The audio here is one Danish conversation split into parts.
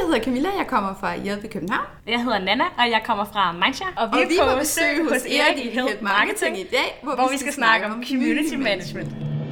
hedder Camilla, jeg kommer fra Hjælp i København. Jeg hedder Nana, og jeg kommer fra Mindshare. Og vi er på besøg hos Erik i Help Marketing i dag, hvor vi skal snakke om community management.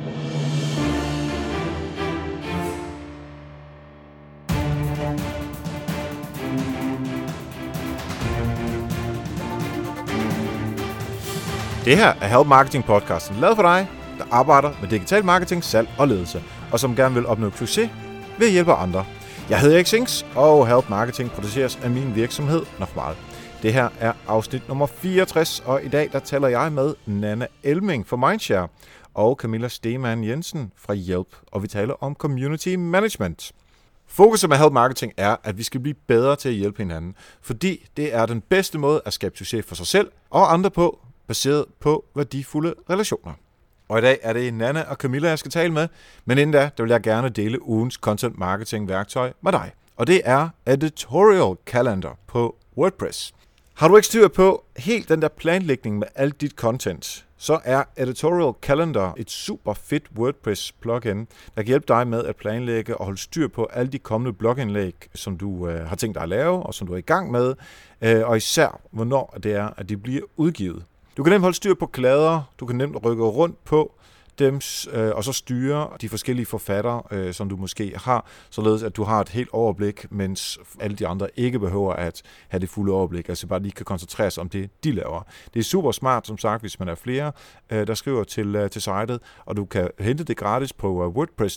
Det her er Help Marketing podcasten, lavet for dig, der arbejder med digital marketing, salg og ledelse, og som gerne vil opnå succes ved at hjælpe andre. Jeg hedder Erik Sings, og Help Marketing produceres af min virksomhed Nokmal. Det her er afsnit nummer 64, og i dag der taler jeg med Nana Elming fra Mindshare og Camilla Stemann Jensen fra Hjælp, og vi taler om community management. Fokuset med Help Marketing er, at vi skal blive bedre til at hjælpe hinanden, fordi det er den bedste måde at skabe succes for sig selv og andre på, baseret på værdifulde relationer. Og i dag er det Nana og Camilla, jeg skal tale med, men inden da vil jeg gerne dele ugens content marketing værktøj med dig. Og det er Editorial Calendar på WordPress. Har du ikke styr på helt den der planlægning med alt dit content, så er Editorial Calendar et super fedt WordPress plugin, der kan hjælpe dig med at planlægge og holde styr på alle de kommende blogindlæg, som du har tænkt dig at lave, og som du er i gang med, og især hvornår det er, at de bliver udgivet. Du kan nemt holde styr på kladder, du kan nemt rykke rundt på dem, og så styre de forskellige forfattere, som du måske har, således at du har et helt overblik, mens alle de andre ikke behøver at have det fulde overblik, altså bare lige kan koncentrere sig om det, de laver. Det er super smart, som sagt, hvis man er flere, der skriver til sitet, og du kan hente det gratis på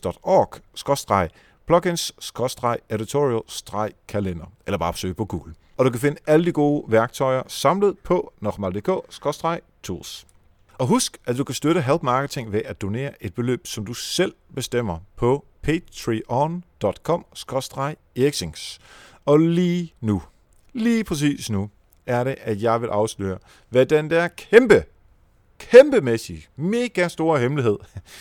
wordpress.org/plugins/editorial-kalender, eller bare søge på Google. Og du kan finde alle de gode værktøjer samlet på nokmal.dk/tools. Og husk, at du kan støtte Help Marketing ved at donere et beløb, som du selv bestemmer på patreon.com/eriksings. Og lige præcis nu, er det, at jeg vil afsløre, hvad den der kæmpemæssige, mega store hemmelighed,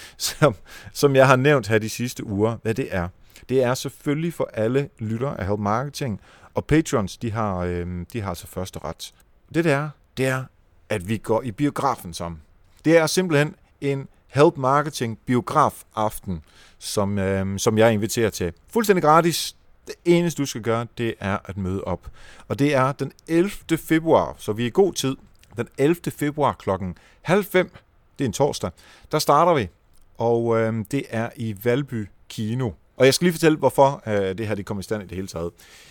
som jeg har nævnt her de sidste uger, hvad det er. Det er selvfølgelig for alle lyttere af Help Marketing, og Patrons, de har altså første ret. Det er, at vi går i biografen sammen. Det er simpelthen en Help Marketing biografaften, som jeg inviterer til. Fuldstændig gratis. Det eneste, du skal gøre, det er at møde op. Og det er den 11. februar, så vi er i god tid. Den 11. februar klokken 4:30, det er en torsdag, der starter vi. Og det er i Valby Kino. Og jeg skal lige fortælle, hvorfor det her det kommer i stand i det hele taget.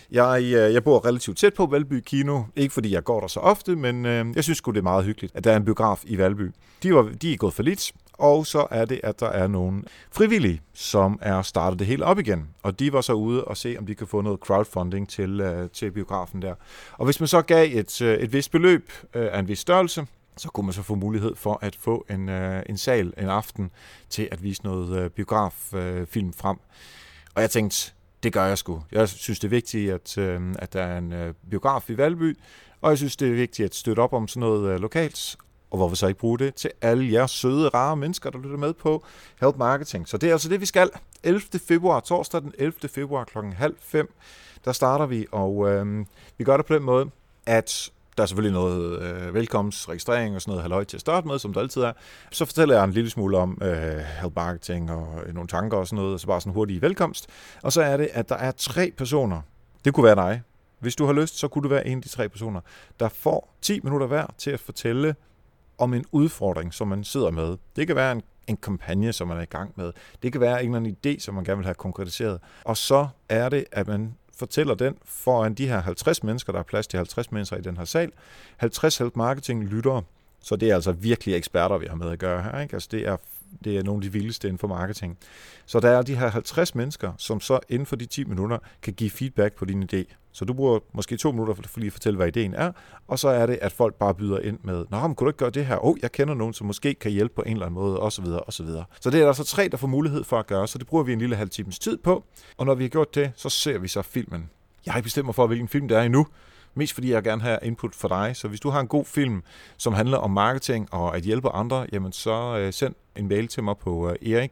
Jeg bor relativt tæt på Valby Kino, ikke fordi jeg går der så ofte, men jeg synes sgu det er meget hyggeligt, at der er en biograf i Valby. De er gået for lidt, og så er det, at der er nogle frivillige, som er startet det hele op igen. Og de var så ude og se, om de kan få noget crowdfunding til biografen der. Og hvis man så gav et vist beløb af en vis størrelse, så kunne man så få mulighed for at få en sal en aften til at vise noget biograffilm frem. Og jeg tænkte, det gør jeg sgu. Jeg synes, det er vigtigt, at der er en biograf i Valby, og jeg synes, det er vigtigt at støtte op om sådan noget lokalt. Og hvorfor så ikke bruge det til alle jer søde, rare mennesker, der lytter med på Help Marketing. Så det er altså det, vi skal. 11. februar, torsdag den 11. februar klokken 4:30, der starter vi, og vi gør det på den måde, at der er selvfølgelig noget velkomstregistrering og sådan noget halløj til at starte med, som der altid er. Så fortæller jeg en lille smule om Help Marketing og nogle tanker og sådan noget, og så bare sådan en hurtig velkomst. Og så er det, at der er 3 personer. Det kunne være dig. Hvis du har lyst, så kunne du være en af de 3 personer, der får 10 minutter hver til at fortælle om en udfordring, som man sidder med. Det kan være en kampagne, som man er i gang med. Det kan være en eller anden idé, som man gerne vil have konkretiseret. Og så er det, at man fortæller den foran de her 50 mennesker, der er plads til 50 mennesker i den her sal. 50 Help Marketing lyttere, så det er altså virkelig eksperter, vi har med at gøre her, ikke? Altså det er nogle af de vildeste inden for marketing. Så der er de her 50 mennesker, som så inden for de 10 minutter kan give feedback på din idé. Så du bruger måske 2 minutter for lige at fortælle, hvad ideen er, og så er det, at folk bare byder ind med, nå, men kunne du ikke gøre det her? Jeg kender nogen, som måske kan hjælpe på en eller anden måde, osv. osv. Så det er altså 3, der får mulighed for at gøre, så det bruger vi en lille halv times tid på, og når vi har gjort det, så ser vi så filmen. Jeg har ikke bestemt mig for, hvilken film det er endnu, mest fordi jeg gerne have input for dig, så hvis du har en god film, som handler om marketing og at hjælpe andre, jamen så send en mail til mig på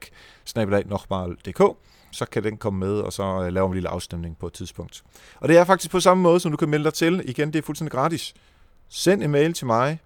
erik@nokmal.dk, så kan den komme med, og så lave en lille afstemning på et tidspunkt. Og det er faktisk på samme måde, som du kan melde dig til. Igen, det er fuldstændig gratis. Send en mail til mig,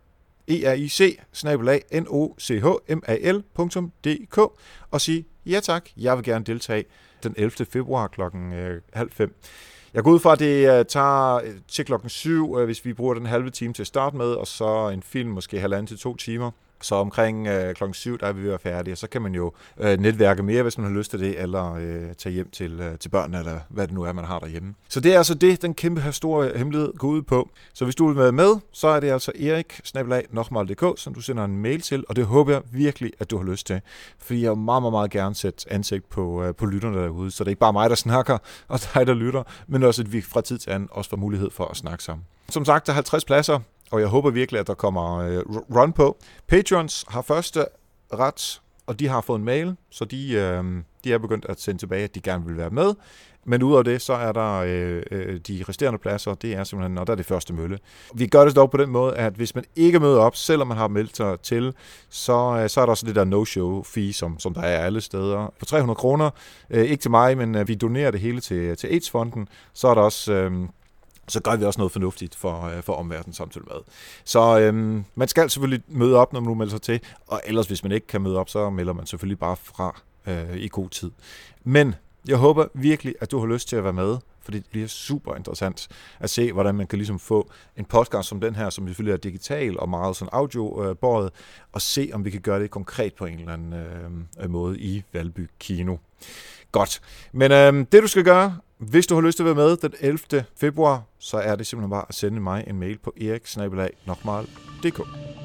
eric@nochmal.dk, og sig, ja tak, jeg vil gerne deltage den 11. februar klokken 4:30. Jeg går ud fra, at det tager til 7:00, hvis vi bruger den halve time til at starte med, og så en film måske 1,5 til 2 timer. Så omkring 7:00, der er vi ved at være færdige, og så kan man jo netværke mere, hvis man har lyst til det, eller tage hjem til børnene, eller hvad det nu er, man har derhjemme. Så det er altså det, den kæmpe store hemmelighed går ud på. Så hvis du vil være med, så er det altså erik@nokmal.dk, som du sender en mail til, og det håber jeg virkelig, at du har lyst til. Fordi jeg vil meget, meget, meget gerne sætte ansigt på lytterne derude, så det er ikke bare mig, der snakker, og dig, der lytter, men også, at vi fra tid til anden også får mulighed for at snakke sammen. Som sagt, der er 50 pladser, og jeg håber virkelig, at der kommer run på. Patrons har første ret, og de har fået en mail, så de er begyndt at sende tilbage, at de gerne vil være med. Men ud af det, så er der de resterende pladser, det er simpelthen, og der er det første mølle. Vi gør det dog på den måde, at hvis man ikke møder op, selvom man har meldt sig til, så er der også det der no-show-fee, som der er alle steder. På 300 kroner, ikke til mig, men vi donerer det hele til AIDS-fonden, så er der også... så gør vi også noget fornuftigt for omverdenen samtidig med. Så man skal selvfølgelig møde op, når man nu melder sig til, og ellers hvis man ikke kan møde op, så melder man selvfølgelig bare fra i god tid. Men jeg håber virkelig, at du har lyst til at være med, for det bliver super interessant at se, hvordan man kan ligesom få en podcast som den her, som selvfølgelig er digital og meget sådan audiobåret, og se, om vi kan gøre det konkret på en eller anden måde i Valby Kino. Godt. Men det du skal gøre, hvis du har lyst til at være med den 11. februar, så er det simpelthen bare at sende mig en mail på erik@nokmal.dk.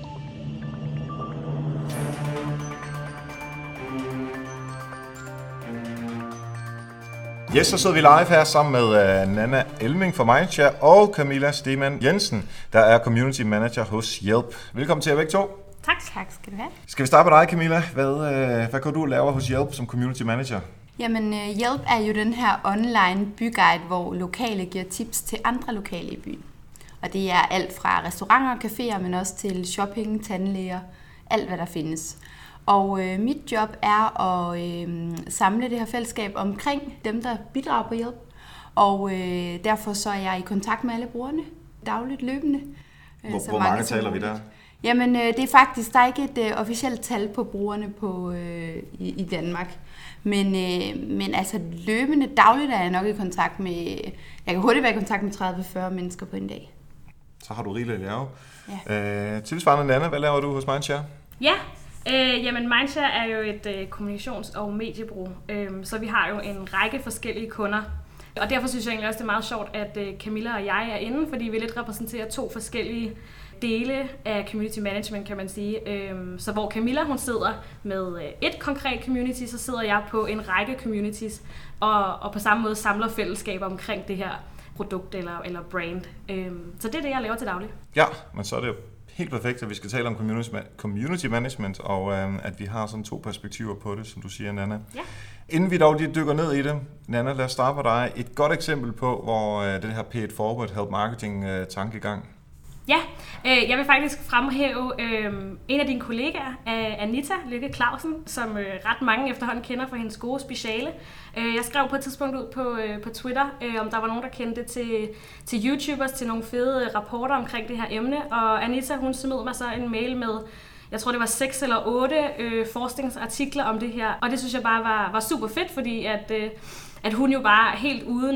Yes, så sidder vi live her sammen med Nanna Elming fra Mindshare og Camilla Stemann Jensen, der er Community Manager hos Hjælp. Velkommen til jer begge to. Tak skal du have. Skal vi starte med dig, Camilla? Hvad kan du lave hos Hjælp som Community Manager? Jamen, Hjælp er jo den her online byguide, hvor lokale giver tips til andre lokale i byen. Og det er alt fra restauranter og caféer, men også til shopping, tandlæger, alt hvad der findes. Og mit job er at samle det her fællesskab omkring dem, der bidrager på Hjælp. Og derfor så er jeg i kontakt med alle brugerne, dagligt løbende. Hvor mange taler vi der? Jamen, det er faktisk, der er ikke et officielt tal på brugerne i Danmark. Men altså løbende dagligt er jeg nok i kontakt med, jeg kan hurtigt være i kontakt med 30-40 mennesker på en dag. Så har du rigeligt at lave. Ja. Tilsvarende Nanna, hvad laver du hos Mindshare? Ja, jamen Mindshare er jo et kommunikations- og mediebureau, så vi har jo en række forskellige kunder. Og derfor synes jeg egentlig også, det er meget sjovt, at Camilla og jeg er inde, fordi vi lidt repræsenterer 2 forskellige dele af community management, kan man sige. Så hvor Camilla hun sidder med et konkret community, så sidder jeg på en række communities, og på samme måde samler fællesskaber omkring det her produkt eller brand. Så det er det, jeg laver til daglig. Ja, men så er det jo helt perfekt, at vi skal tale om community management, og at vi har sådan 2 perspektiver på det, som du siger, Nanna. Ja. Inden vi dog lige dykker ned i det, Nanna, lad os starte med dig. Et godt eksempel på, hvor det her Pay It Forward Help Marketing tankegang. Ja, jeg vil faktisk fremhæve en af dine kollegaer, Anita Lykke Clausen, som ret mange efterhånden kender for hendes gode speciale. Jeg skrev på et tidspunkt ud på Twitter, om der var nogen, der kendte til YouTubers, til nogle fede rapporter omkring det her emne. Og Anita, hun smed mig så en mail med, jeg tror det var 6 eller 8 forskningsartikler om det her. Og det synes jeg bare var super fedt, fordi at hun jo bare helt uden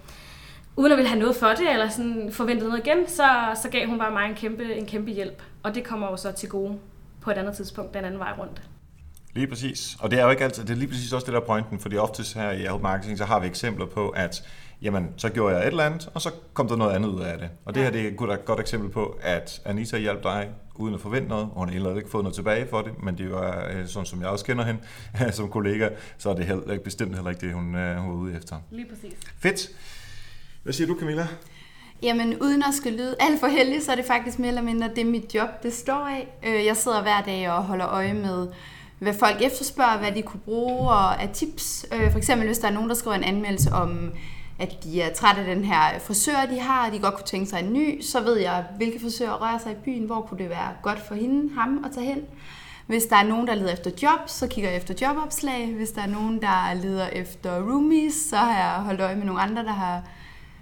at ville have noget for det, eller sådan forventet noget igen, så gav hun bare mig en kæmpe hjælp. Og det kommer jo så til gode på et andet tidspunkt, den anden vej rundt. Lige præcis. Og det er jo ikke altid, det er lige præcis også det der pointen, fordi oftest her i Help Marketing, så har vi eksempler på, at jamen, så gjorde jeg et eller andet, og så kom der noget andet ud af det. Og det her det er et godt eksempel på, at Anita hjalp dig uden at forvente noget, og hun har heller ikke fået noget tilbage for det, men det er jo sådan, som jeg også kender hende som kollega, så er det bestemt heller ikke det, hun var ude efter. Lige præcis. Fedt. Hvad siger du, Camilla? Jamen, uden at skulle lyde alt for heldig, så er det faktisk mere eller mindre det, mit job består af. Jeg sidder hver dag og holder øje med, hvad folk efterspørger, hvad de kunne bruge og af tips. For eksempel, hvis der er nogen, der skriver en anmeldelse om, at de er trætte af den her frisør, de har, og de godt kunne tænke sig en ny, så ved jeg, hvilke frisører rører sig i byen, hvor kunne det være godt for ham at tage hen. Hvis der er nogen, der leder efter job, så kigger jeg efter jobopslag. Hvis der er nogen, der leder efter roomies, så har jeg holdt øje med nogle andre, der har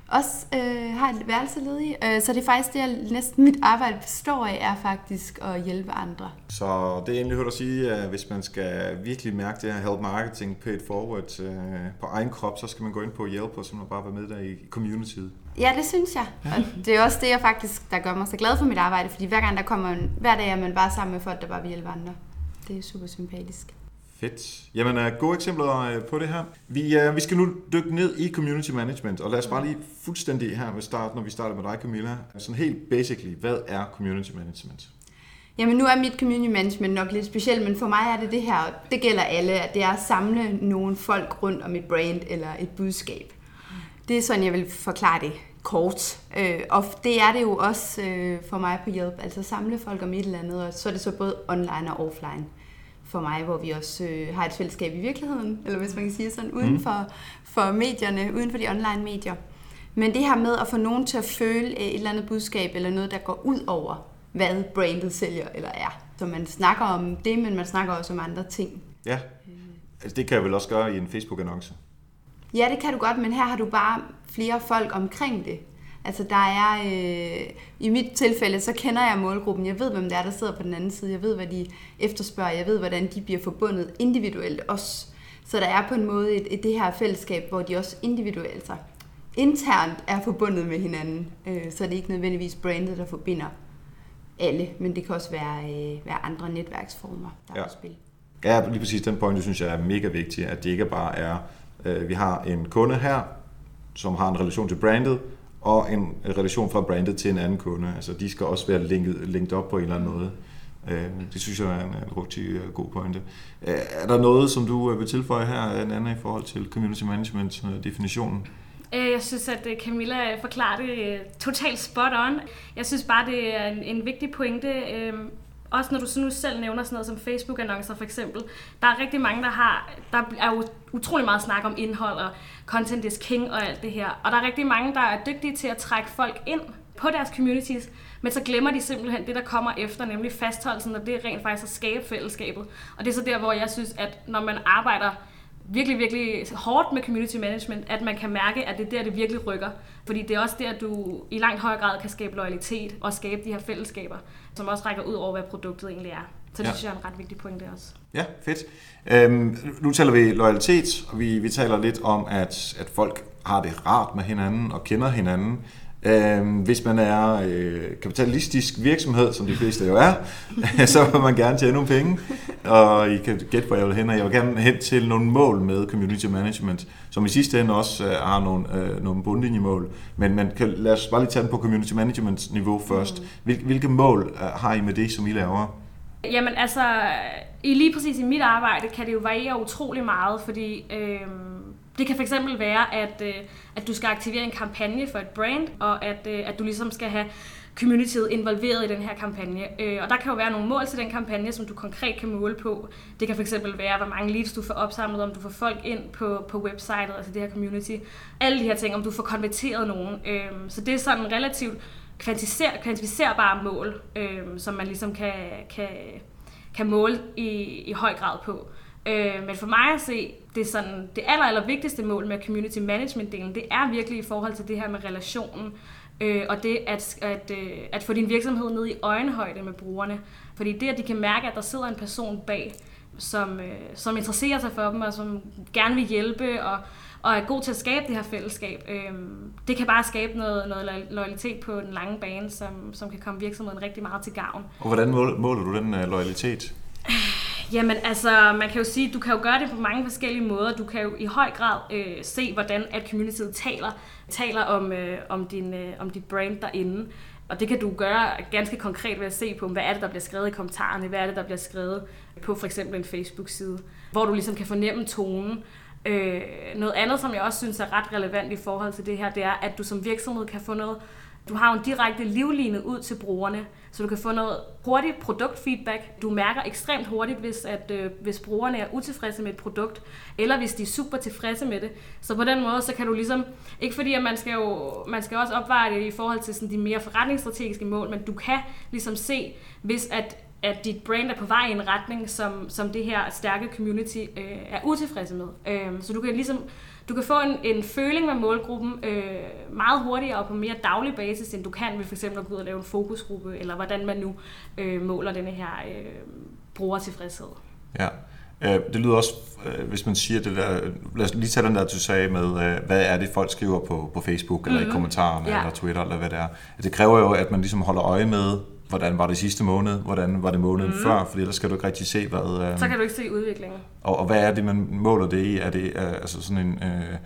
også har et værelse ledig. Så det er faktisk det, næsten mit arbejde består af, er faktisk at hjælpe andre. Så det er egentlig hørt at sige, at hvis man skal virkelig mærke det her Help Marketing Paid Forward på egen krop, så skal man gå ind på Yelp og simpelthen bare være med der i communityet. Ja, det synes jeg. Og det er også det, jeg faktisk, der gør mig så glad for mit arbejde, fordi hver dag er man bare sammen med folk, der bare vil hjælpe andre. Det er super sympatisk. Fedt. Jamen, gode eksempler på det her. Vi skal nu dykke ned i community management, og lad os bare lige fuldstændig her ved start, når vi starter med dig, Camilla. Sådan helt basically, hvad er community management? Jamen, nu er mit community management nok lidt specielt, men for mig er det her, det gælder alle, at det er at samle nogle folk rundt om et brand eller et budskab. Det er sådan, jeg vil forklare det kort. Og det er det jo også for mig på Yelp, altså samle folk om et eller andet, og så er det så både online og offline for mig, hvor vi også har et fællesskab i virkeligheden, eller hvis man kan sige sådan, uden for medierne, uden for de online medier. Men det her med at få nogen til at føle et eller andet budskab, eller noget, der går ud over, hvad brandet sælger eller er. Så man snakker om det, men man snakker også om andre ting. Ja, altså det kan jeg vel også gøre i en Facebook-annonce? Ja, det kan du godt, men her har du bare flere folk omkring det. Altså der er, i mit tilfælde, så kender jeg målgruppen. Jeg ved, hvem det er, der sidder på den anden side. Jeg ved, hvad de efterspørger. Jeg ved, hvordan de bliver forbundet individuelt også. Så der er på en måde det her fællesskab, hvor de også individuelt, altså internt er forbundet med hinanden. Så det er ikke nødvendigvis brandet, der forbinder alle, men det kan også være andre netværksformer, der er på spil. Ja, lige præcis den point, synes jeg er mega vigtig, at det ikke bare er, vi har en kunde her, som har en relation til brandet, og en relation fra brandet til en anden kunde. Altså, de skal også være linket op på en eller anden måde. Det synes jeg er en rigtig god pointe. Er der noget, som du vil tilføje her, en anden i forhold til community management-definitionen? Jeg synes, at Camilla forklarer det totalt spot on. Jeg synes bare, det er en vigtig pointe. Også når du nu selv nævner sådan noget som Facebook-annoncer for eksempel. Der er rigtig mange, der er jo utrolig meget snak om indhold og content is king og alt det her. Og der er rigtig mange, der er dygtige til at trække folk ind på deres communities, men så glemmer de simpelthen det, der kommer efter, nemlig fastholdelsen, og det er rent faktisk at skabe fællesskabet. Og det er så der, hvor jeg synes, at når man arbejder virkelig, virkelig hårdt med community management, at man kan mærke, at det er der, det virkelig rykker. Fordi det er også der, du i langt højere grad kan skabe loyalitet og skabe de her fællesskaber, som også rækker ud over, hvad produktet egentlig er. Så det synes jeg er en ret vigtig pointe også. Ja, fedt. Nu taler vi loyalitet, og vi taler lidt om, at folk har det rart med hinanden og kender hinanden. Hvis man er kapitalistisk virksomhed, som de fleste jo er, så vil man gerne tjene nogle penge. Og I kan gætte, hvor jeg vil hen, og jeg vil gerne hen til nogle mål med community management, som i sidste ende også har nogle bundlinjemål. Men lad os bare lige tage den på community management niveau først. Hvilke mål har I med det, som I laver? Jamen altså, lige præcis i mit arbejde kan det jo variere utrolig meget, fordi det kan fx være, at du skal aktivere en kampagne for et brand, og at du ligesom skal have communityet involveret i den her kampagne. Og der kan jo være nogle mål til den kampagne, som du konkret kan måle på. Det kan fx være, hvor mange leads du får opsamlet, om du får folk ind på websitet, altså det her community. Alle de her ting, om du får konverteret nogen. Så det er sådan relativt kvantificerbare mål, som man ligesom kan måle i høj grad på. Men for mig at se, det er sådan, det aller vigtigste mål med community management-delen, det er virkelig i forhold til det her med relationen, og det at få din virksomhed ned i øjenhøjde med brugerne. Fordi det, at de kan mærke, at der sidder en person bag, som interesserer sig for dem, og som gerne vil hjælpe, og er god til at skabe det her fællesskab, det kan bare skabe noget loyalitet på den lange bane, som kan komme virksomheden rigtig meget til gavn. Og hvordan måler du den loyalitet? Jamen altså, man kan jo sige, du kan jo gøre det på mange forskellige måder. Du kan jo i høj grad se, hvordan at communityet taler om dit brand derinde. Og det kan du gøre ganske konkret ved at se på, hvad er det, der bliver skrevet i kommentarerne, hvad er det, der bliver skrevet på for eksempel en Facebook-side, hvor du ligesom kan fornemme tonen. Noget andet, som jeg også synes er ret relevant i forhold til det her, det er, at du som virksomhed kan få noget. Du har jo en direkte livline ud til brugerne, så du kan få noget hurtigt produktfeedback. Du mærker ekstremt hurtigt, hvis brugerne er utilfredse med et produkt, eller hvis de er super tilfredse med det. Så på den måde, så kan du ligesom, ikke fordi at man skal også opveje det i forhold til sådan de mere forretningsstrategiske mål, men du kan ligesom se, hvis at at dit brand er på vej i en retning, som det her stærke community er utilfredse med. Så du kan få en føling med målgruppen meget hurtigere og på mere daglig basis, end du kan ved for eksempel at gå ud og lave en fokusgruppe, eller hvordan man nu måler denne her brugertilfredshed. Ja. Det lyder også, hvis man siger det der, lad os lige tage den der, du sagde med, hvad er det folk skriver på Facebook, eller i kommentarerne, eller Twitter, eller hvad det er. Det kræver jo, at man ligesom holder øje med, hvordan var det sidste måned, hvordan var det måneden før, for ellers skal du ikke rigtig se, hvad... Så kan du ikke se udviklingen. Og hvad er det, man måler det i? Er det altså sådan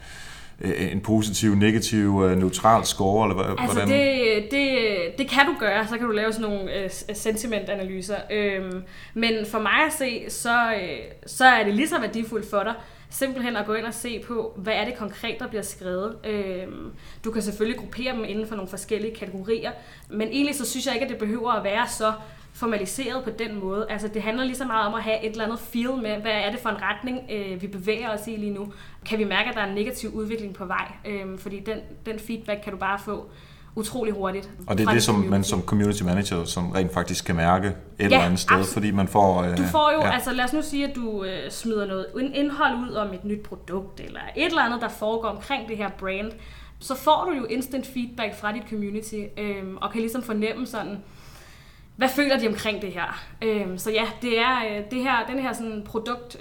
en positiv, negativ, neutral score, eller hvad? Altså det kan du gøre, så kan du lave sådan nogle sentimentanalyser. Men for mig at se, så er det lige så værdifuldt for dig, simpelthen at gå ind og se på, hvad er det konkret, der bliver skrevet. Du kan selvfølgelig gruppere dem inden for nogle forskellige kategorier, men egentlig så synes jeg ikke, at det behøver at være så formaliseret på den måde. Altså det handler lige så meget om at have et eller andet feel med, hvad er det for en retning, vi bevæger os i lige nu. Kan vi mærke, at der er en negativ udvikling på vej? Fordi den feedback kan du bare få utrolig hurtigt. Og det er det, som man som community manager som rent faktisk kan mærke et eller andet sted, fordi man får... Du får jo, altså lad os nu sige, at du smider noget indhold ud om et nyt produkt, eller et eller andet, der foregår omkring det her brand, så får du jo instant feedback fra dit community, og kan ligesom fornemme sådan, hvad føler de omkring det her? Så ja, det er den her sådan produkt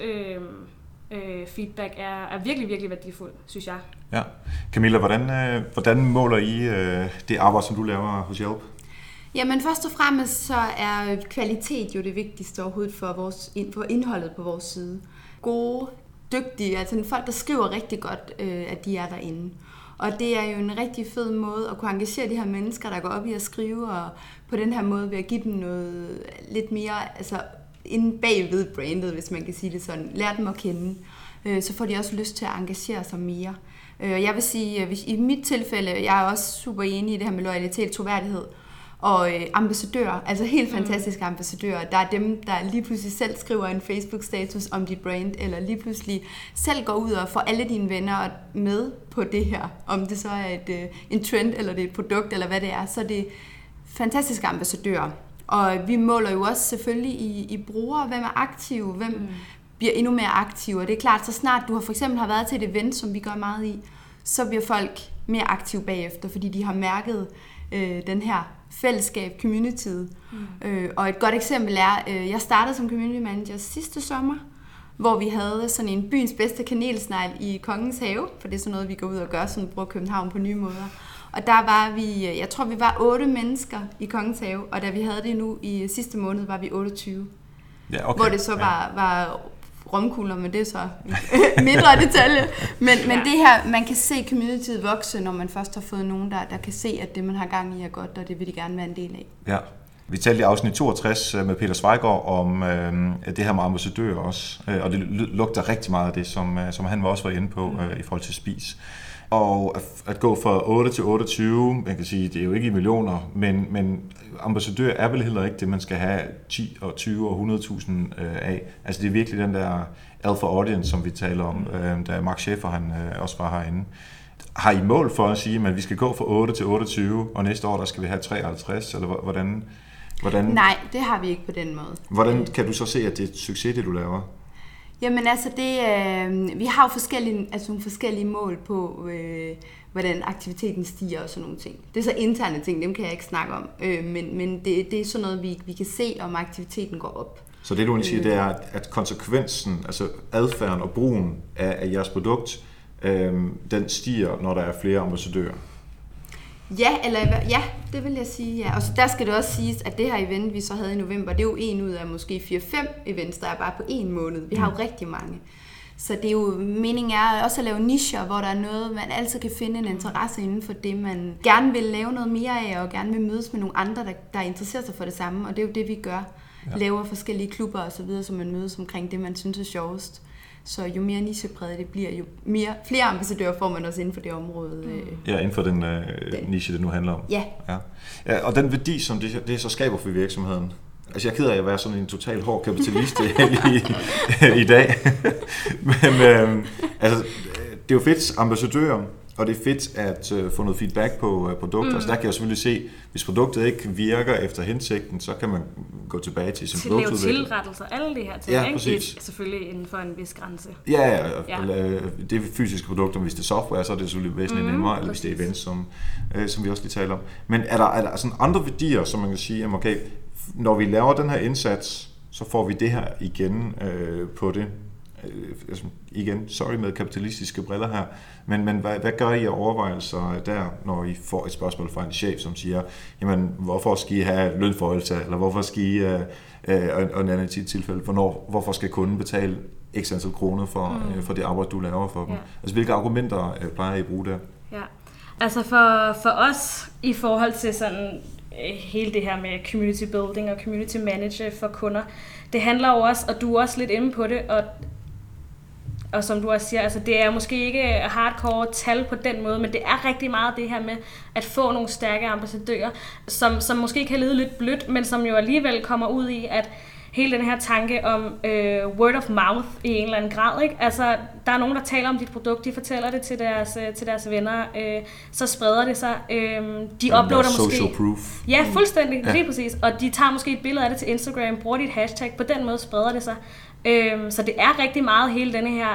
feedback er virkelig, virkelig værdifuld, synes jeg. Ja. Camilla, hvordan måler I det arbejde, som du laver hos Yelp? Jamen først og fremmest så er kvalitet jo det vigtigste overhovedet for indholdet på vores side. Gode, dygtige, altså folk, der skriver rigtig godt, at de er derinde. Og det er jo en rigtig fed måde at kunne engagere de her mennesker, der går op i at skrive, og på den her måde ved at give dem noget lidt mere, altså inde bagved brandet, hvis man kan sige det sådan. Lær dem at kende, så får de også lyst til at engagere sig mere. Jeg vil sige, hvis i mit tilfælde, jeg er også super enig i det her med loyalitet, troværdighed og ambassadører, altså helt fantastiske ambassadører. Der er dem, der lige pludselig selv skriver en Facebook-status om dit brand, eller lige pludselig selv går ud og får alle dine venner med på det her. Om det så er en trend, eller det er et produkt, eller hvad det er, så er det fantastiske ambassadører. Og vi måler jo også selvfølgelig i brugere, hvem er aktive, hvem bliver endnu mere aktive. Og det er klart, så snart du for eksempel har været til et event, som vi gør meget i, så bliver folk mere aktive bagefter, fordi de har mærket den her fællesskab, communityet. Og et godt eksempel er, jeg startede som community manager sidste sommer, hvor vi havde sådan en byens bedste kanelsnegl i Kongens Have, for det er sådan noget, vi går ud og gør, sådan bruger København på nye måder. Og der var vi, jeg tror vi var 8 mennesker i Kongens Have, og da vi havde det nu i sidste måned, var vi 28. Ja, okay. Hvor det så var romkugler, men det er så mindre detalje. Men det her, man kan se communityet vokse, når man først har fået nogen, der kan se, at det, man har gang i, er godt, og det vil de gerne være en del af. Ja. Vi talte i afsnit 62 med Peter Svejgaard om det her med ambassadører også, og det lugter rigtig meget af det, som han også var inde på i forhold til spis. Og at gå fra 8 til 28, man kan sige, det er jo ikke i millioner, men ambassadør er vel heller ikke det, man skal have 10 og 20 og 100.000 af. Altså det er virkelig den der alpha audience, som vi taler om, da Mark Schaefer han også var herinde. Har I mål for at sige, at vi skal gå fra 8 til 28, og næste år der skal vi have 53, eller hvordan? Nej, det har vi ikke på den måde. Hvordan kan du så se, at det er et succes, det du laver? Jamen altså, vi har jo nogle forskellige mål på, hvordan aktiviteten stiger og sådan nogle ting. Det er så interne ting, dem kan jeg ikke snakke om, men det er sådan noget, vi kan se, om aktiviteten går op. Så det du siger, det er, at konsekvensen, altså adfærden og brugen af jeres produkt, den stiger, når der er flere ambassadører? Ja, det vil jeg sige, ja. Og så der skal det også siges, at det her event, vi så havde i november, det er jo en ud af måske 4-5 events, der er bare på en måned. Vi har jo rigtig mange. Så det er jo, meningen er også at lave nicher, hvor der er noget, man altid kan finde en interesse inden for det, man gerne vil lave noget mere af, og gerne vil mødes med nogle andre, der interesserer sig for det samme. Og det er jo det, vi gør. Ja. Laver forskellige klubber og så videre, så man mødes omkring det, man synes er sjovest. Så jo mere nichepræget det bliver, jo flere ambassadører får man også inden for det område. Ja, inden for den niche, det nu handler om. Ja. Og den værdi, som det så skaber for virksomheden. Altså jeg er ked af at være sådan en total hård kapitalist i dag. Men altså, det er jo fedt, ambassadører, Og det er fedt at få noget feedback på produkter. Så der kan jeg selvfølgelig se, hvis produktet ikke virker efter hensigten, så kan man gå tilbage til sin produktudvikling. Lave tilrettelser, alle de her ting, ja, ikke? Selvfølgelig inden for en vis grænse. Ja. Det er fysiske produkter. Hvis det er software, så er det selvfølgelig væsentligt nemmere, eller hvis det er events, som vi også lige taler om. Men er der sådan andre værdier, som man kan sige, at okay, når vi laver den her indsats, så får vi det her igen på det. Igen, sorry med kapitalistiske briller her, men hvad gør I af overvejelser der, når I får et spørgsmål fra en chef, som siger, jamen, hvorfor skal I have lønforhøjelse, eller hvorfor skal I, og en anden tilfælde, hvorfor skal kunden betale x antal kroner for det arbejde, du laver for dem? Altså, hvilke argumenter plejer I at bruge der? Ja, altså for os, i forhold til sådan hele det her med community building og community manager for kunder, det handler jo også, og du er også lidt inde på det, og som du også siger, altså det er måske ikke hardcore tal på den måde, men det er rigtig meget det her med at få nogle stærke ambassadører, som måske kan lide lidt blødt, men som jo alligevel kommer ud i, at hele den her tanke om word of mouth i en eller anden grad, ikke? Altså, der er nogen, der taler om dit produkt, de fortæller det til deres venner, så spreder det sig. De uploader måske... Social proof. Ja, fuldstændig, lige præcis. Og de tager måske et billede af det til Instagram, bruger dit hashtag, på den måde spreder det sig. Så det er rigtig meget hele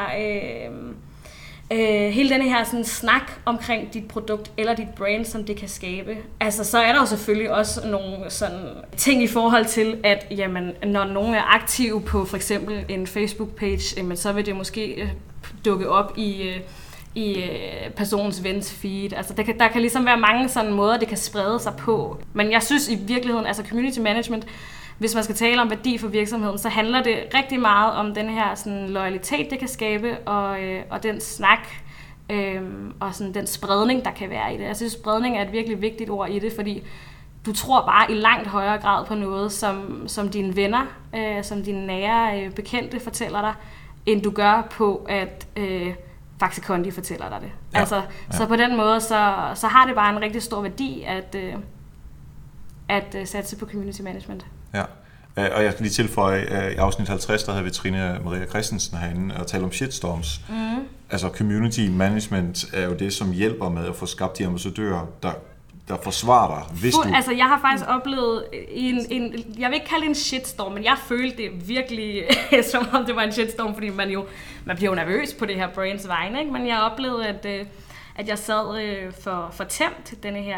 denne her sådan snak omkring dit produkt eller dit brand, som det kan skabe. Altså, så er der jo selvfølgelig også nogle sådan ting i forhold til, at jamen, når nogen er aktive på for eksempel en Facebook-page, jamen, så vil det måske dukke op i personens vens feed. Altså, der kan ligesom være mange sådan måder, det kan sprede sig på. Men jeg synes i virkeligheden, altså community management, hvis man skal tale om værdi for virksomheden, så handler det rigtig meget om den her sådan, loyalitet, det kan skabe, og den snak, og sådan, den spredning, der kan være i det. Jeg synes, spredning er et virkelig vigtigt ord i det, fordi du tror bare i langt højere grad på noget, som dine venner, som dine nære bekendte fortæller dig, end du gør på, at Faxe Kondi fortæller dig det. Ja, altså, ja. Så på den måde, så har det bare en rigtig stor værdi at satse på community management. Ja, og jeg kan lige tilføje, i afsnit 50, der havde vi Trine Maria Christensen herinde og tale om shitstorms. Altså community management er jo det, som hjælper med at få skabt de ambassadører, der forsvarer dig, hvis du... Altså, jeg har faktisk oplevet jeg vil ikke kalde det en shitstorm, men jeg følte det virkelig, som om det var en shitstorm, fordi man bliver jo nervøs på det her brands vegne, ikke? Men jeg oplevede, at jeg sad for Temt, denne her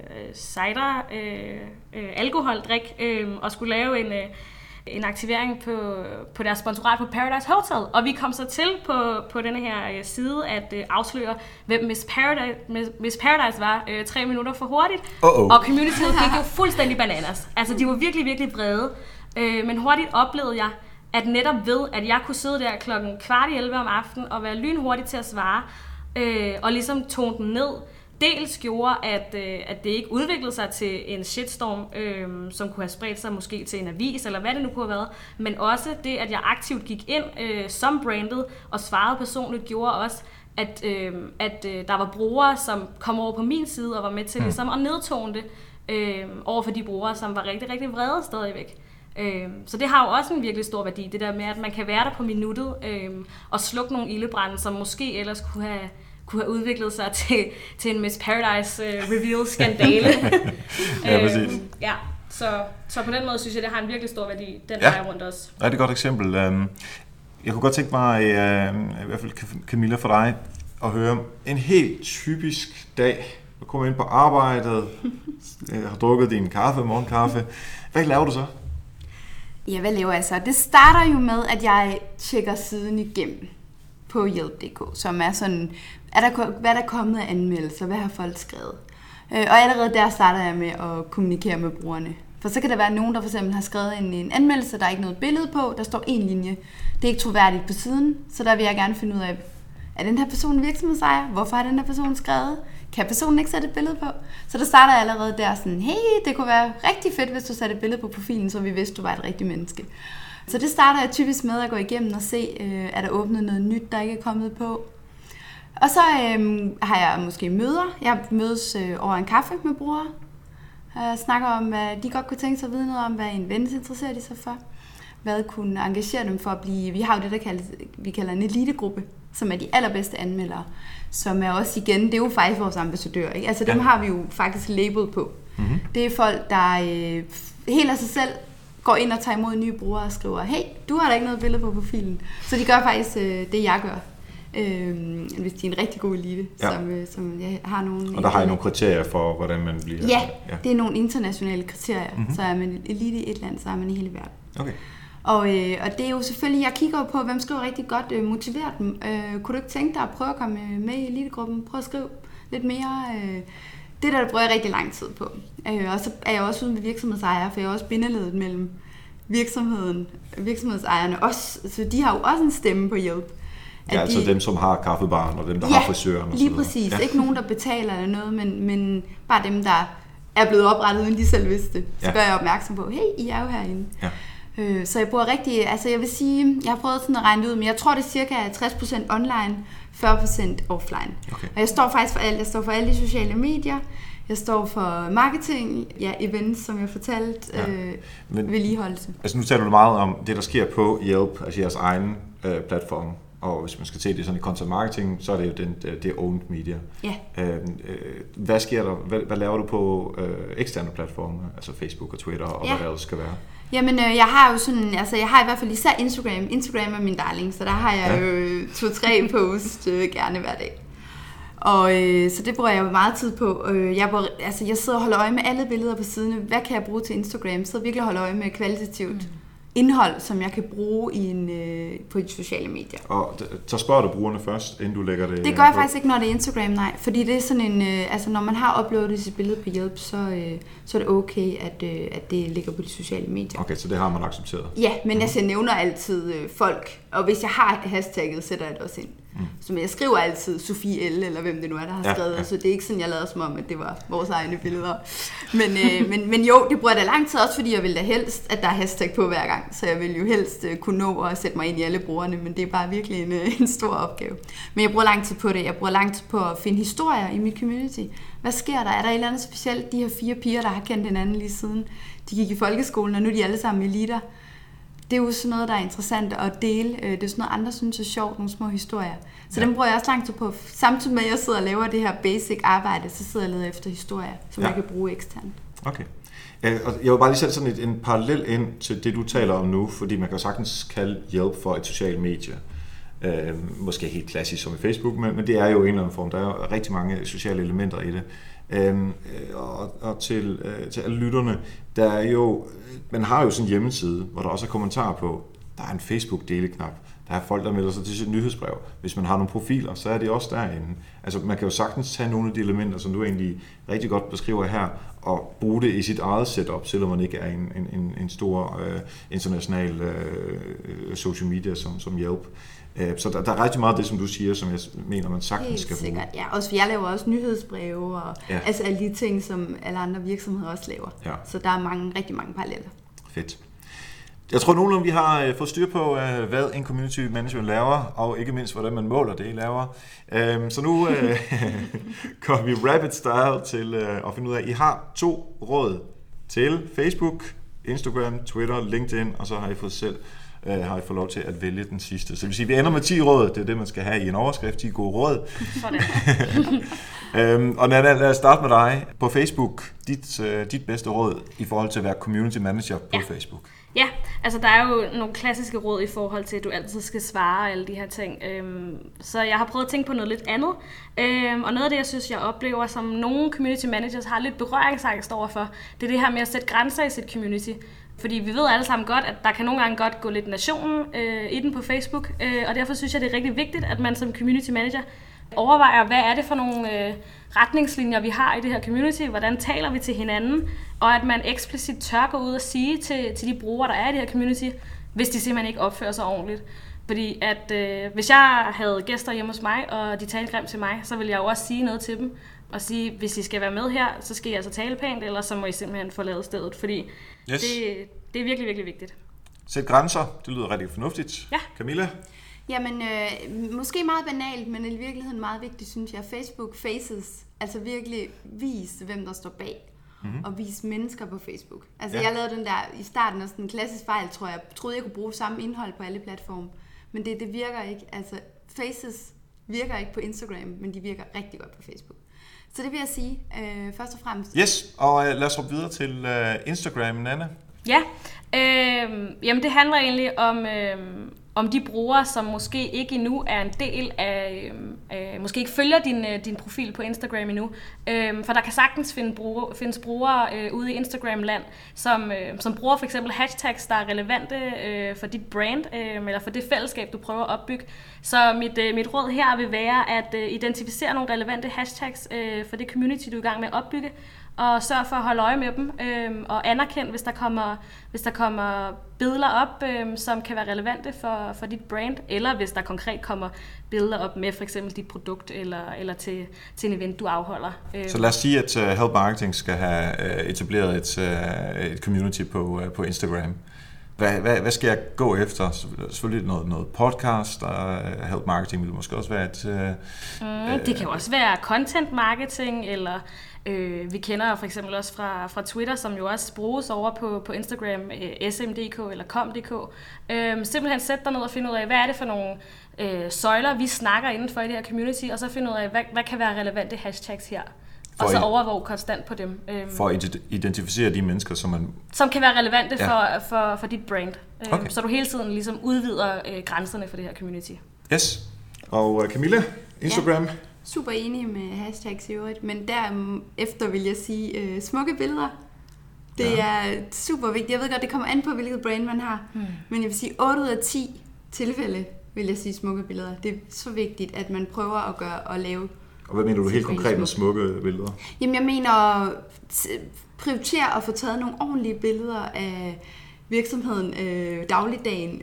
cider alkoholdrik, og skulle lave en aktivering på deres sponsorat på Paradise Hotel. Og vi kom så til på denne her side at afsløre, hvem Miss Paradise var 3 minutter for hurtigt. Og communityet gik jo fuldstændig bananas. Altså, de var virkelig, virkelig vrede. Men hurtigt oplevede jeg, at netop ved, at jeg kunne sidde der 11:15 om aftenen og være lynhurtig til at svare, og ligesom tone den ned, dels gjorde, at det ikke udviklede sig til en shitstorm, som kunne have spredt sig måske til en avis, eller hvad det nu kunne have været, men også det, at jeg aktivt gik ind som brandet og svarede personligt, gjorde også, at der var brugere, som kom over på min side og var med til ligesom at nedtone det over for de brugere, som var rigtig, rigtig vrede stadigvæk. Så det har jo også en virkelig stor værdi, det der med, at man kan være der på minuttet og slukke nogle ildebrande, som måske ellers kunne have udviklet sig til en Miss Paradise reveal-skandale. Ja, præcis. Ja, så på den måde synes jeg, det har en virkelig stor værdi, den vej rundt også. Ja, det er et godt eksempel. Jeg kunne godt tænke mig, i hvert fald Camilla for dig, at høre en helt typisk dag. Du kommer ind på arbejdet, har drukket din morgenkaffe. Hvad laver du så? Ja, hvad laver jeg så? Det starter jo med, at jeg tjekker siden igennem på hjælp.dk, som er sådan, hvad der er kommet af anmeldelser, hvad har folk skrevet. Og allerede der starter jeg med at kommunikere med brugerne. For så kan der være nogen, der for eksempel har skrevet en anmeldelse, der er ikke noget billede på, der står en linje. Det er ikke troværdigt på siden, så der vil jeg gerne finde ud af, er den her person virksomhedsejer? Hvorfor har den her person skrevet? Kan personen ikke sætte et billede på? Så der starter jeg allerede der sådan, hey, det kunne være rigtig fedt, hvis du satte et billede på profilen, så vi vidste, du var et rigtigt menneske. Så det starter jeg typisk med at gå igennem og se, er der åbnet noget nyt, der ikke er kommet på. Og så har jeg måske møder. Jeg mødes over en kaffe med brugere. Jeg snakker om, hvad de godt kunne tænke sig at vide noget om, hvad en ven interesserer de sig for. kunne engagere dem for at blive... Vi har jo det, vi kalder en elitegruppe, som er de allerbedste anmeldere, som er også igen, det er jo faktisk vores ambassadører, ikke? Altså dem har vi jo faktisk label på. Mm-hmm. Det er folk, der helt af sig selv går ind og tager imod nye brugere og skriver, hey, du har da ikke noget billede på profilen. Så de gør faktisk det, jeg gør. Hvis de er en rigtig god elite, som jeg har nogle... Og der har I nogle kriterier for, hvordan man bliver... Ja, det er nogle internationale kriterier. Mm-hmm. Så er man elite i et land, så er man i hele verden. Okay. Og det er jo selvfølgelig, jeg kigger på, hvem skriver rigtig godt, motiverer dem. Kunne du ikke tænke dig at prøve at komme med i elitegruppen? Prøv at skrive lidt mere... Det der bruger jeg rigtig lang tid på. Og så er jeg også uden ved virksomhedsejere, for jeg er også bindeledet mellem virksomhedsejerne også. Så de har jo også en stemme på hjælp. Ja, altså dem, som har kaffebaren, og dem, der har frisøren. Lige præcis. Ja. Ikke nogen, der betaler eller noget, men bare dem, der er blevet oprettet, uden de selv vidste. Så gør jeg opmærksom på, hey, I er jo herinde. Ja. Så jeg bruger rigtig, altså jeg vil sige, jeg har prøvet sådan at regne ud, men jeg tror, det er cirka 60% online, 40% offline. Okay. Og jeg står faktisk for alt. Jeg står for alle de sociale medier, jeg står for marketing, events, som jeg fortalte, vedligeholdelse. Altså nu taler du meget om det, der sker på Yelp, altså jeres egen platform. Og hvis man skal se det sådan i content marketing, så er det jo det owned media. Ja. Hvad sker der? Hvad laver du på eksterne platforme, altså Facebook og Twitter og hvad det ellers skal være? Jamen, jeg har jo sådan, altså jeg har i hvert fald især Instagram. Instagram er min darling, så der har jeg jo 2-3 post gerne hver dag. Og så det bruger jeg jo meget tid på. Jeg sidder og holder øje med alle billeder på siden. Hvad kan jeg bruge til Instagram? Så virkelig holder øje med kvalitativt indhold, som jeg kan bruge på de sociale medier. Og så spørger du brugerne først, inden du lægger det? Det gør jeg faktisk ikke, når det er Instagram, nej. Fordi det er sådan en, altså når man har uploadet sit billede på Hjælp, så er det okay, at det ligger på de sociale medier. Okay, så det har man accepteret? Ja, men jeg nævner altid folk, og hvis jeg har hashtagget, sætter jeg det også ind. Så jeg skriver altid Sofie L, eller hvem det nu er, der har skrevet, så det er ikke sådan, jeg lader som om, at det var vores egne billeder. Men jo, det bruger jeg da lang tid også, fordi jeg vil da helst, at der er hashtag på hver gang, så jeg vil jo helst kunne nå at sætte mig ind i alle brugerne, men det er bare virkelig en stor opgave. Men jeg bruger lang tid på det. Jeg bruger lang tid på at finde historier i mit community. Hvad sker der? Er der et eller andet specielt? De her 4 piger, der har kendt hinanden lige siden de gik i folkeskolen, og nu er de alle sammen eliter. Det er jo sådan noget, der er interessant at dele. Det er sådan noget, andre synes er sjovt, nogle små historier. Så dem bruger jeg også lang tid på. Samtidig med, at jeg sidder og laver det her basic arbejde, så sidder jeg og leder efter historier, som jeg kan bruge eksternt. Okay. Og jeg vil bare lige sætte sådan en parallel ind til det, du taler om nu, fordi man kan sagtens kalde Hjælp for et socialt medie. Måske helt klassisk som i Facebook, men det er jo en eller anden form. Der er rigtig mange sociale elementer i det. Og til alle lytterne, der er jo, man har jo sådan en hjemmeside, hvor der også er kommentarer på. Der er en Facebook-deleknap. Der er folk, der melder sig til sit nyhedsbrev. Hvis man har nogle profiler, så er det også derinde. Altså man kan jo sagtens tage nogle af de elementer, som du egentlig rigtig godt beskriver her, og bruge det i sit eget setup, selvom man ikke er en stor international social media som Hjælp. Så der er rigtig meget af det, som du siger, som jeg mener, man sagtens skal bruge. Helt sikkert, ja. Også, jeg laver også nyhedsbreve, og altså alle de ting, som alle andre virksomheder også laver. Ja. Så der er rigtig mange paralleller. Fedt. Jeg tror nogenlunde, vi har fået styr på, hvad en community manager laver, og ikke mindst, hvordan man måler det, I laver. Så nu kommer vi rapid style til at finde ud af, at I har 2 råd til Facebook, Instagram, Twitter, LinkedIn, og så har I fået lov til at vælge den sidste. Så det vil sige, at vi ender med 10 råd. Det er det, man skal have i en overskrift. 10 gode råd. Og lad os starte med dig. På Facebook, dit bedste råd i forhold til at være community manager på Facebook. Ja, altså der er jo nogle klassiske råd i forhold til, at du altid skal svare alle de her ting. Så jeg har prøvet at tænke på noget lidt andet. Og noget af det, jeg synes, jeg oplever, som nogle community managers har lidt berøringsangst overfor, det er det her med at sætte grænser i sit community. Fordi vi ved alle sammen godt, at der kan nogle gange godt gå lidt nationen i den på Facebook. Og derfor synes jeg, det er rigtig vigtigt, at man som community manager overvejer, hvad er det for nogle retningslinjer, vi har i det her community, hvordan taler vi til hinanden, og at man eksplicit tør gå ud og sige til de brugere, der er i det her community, hvis de simpelthen ikke opfører sig ordentligt. Fordi at hvis jeg havde gæster hjemme hos mig, og de talte grimt til mig, så ville jeg jo også sige noget til dem, og sige, hvis I skal være med her, så skal I altså tale pænt, eller så må I simpelthen forlade stedet, fordi det er virkelig, virkelig vigtigt. Sæt grænser, det lyder rigtig fornuftigt. Ja. Camilla? Jamen, måske meget banalt, men i virkeligheden meget vigtigt, synes jeg, Facebook Faces, altså virkelig vis, hvem der står bag. at vise mennesker på Facebook. Altså jeg lavede den der i starten også en klassisk fejl, tror jeg. Troede jeg kunne bruge samme indhold på alle platforme. Men det virker ikke. Altså faces virker ikke på Instagram, men de virker rigtig godt på Facebook. Så det vil jeg sige, først og fremmest. Yes, og lad os hoppe videre til Instagram, Nanna. Ja, jamen det handler egentlig om de brugere, som måske ikke endnu er en del af, måske ikke følger din profil på Instagram endnu. For der kan sagtens findes brugere ude i Instagram-land, som bruger for eksempel hashtags, der er relevante for dit brand, eller for det fællesskab, du prøver at opbygge. Så mit råd her vil være at identificere nogle relevante hashtags for det community, du er i gang med at opbygge, og sørg for at holde øje med dem, og anerkend, hvis der kommer billeder op, som kan være relevante for dit brand, eller hvis der konkret kommer billeder op med for eksempel dit produkt, eller til en event, du afholder. Så lad os sige, at Help Marketing skal have etableret et community på Instagram. Hvad skal jeg gå efter? Selvfølgelig noget podcast, og Help Marketing vil måske også være et... Det kan også være content marketing, eller vi kender for eksempel også fra Twitter, som jo også bruges over på Instagram, sm.dk eller com.dk. Simpelthen sæt dig ned og finde ud af, hvad er det for nogle søjler, vi snakker inden for i det her community, og så finde ud af, hvad kan være relevante hashtags her. Og så overvåge konstant på dem. For at identificere de mennesker, som kan være relevante for dit brand. Okay. Så du hele tiden ligesom udvider grænserne for det her community. Yes. Og Camilla, Instagram? Ja, super enig med hashtags i øvrigt, men derefter vil jeg sige smukke billeder. Det er super vigtigt. Jeg ved godt, det kommer an på, hvilket brand man har. Men jeg vil sige, 8 ud af 10 tilfælde vil jeg sige smukke billeder. Det er så vigtigt, at man prøver at lave. Og hvad mener du helt konkret med smukke billeder? Jamen jeg mener prioritere at få taget nogle ordentlige billeder af virksomheden dagligdagen.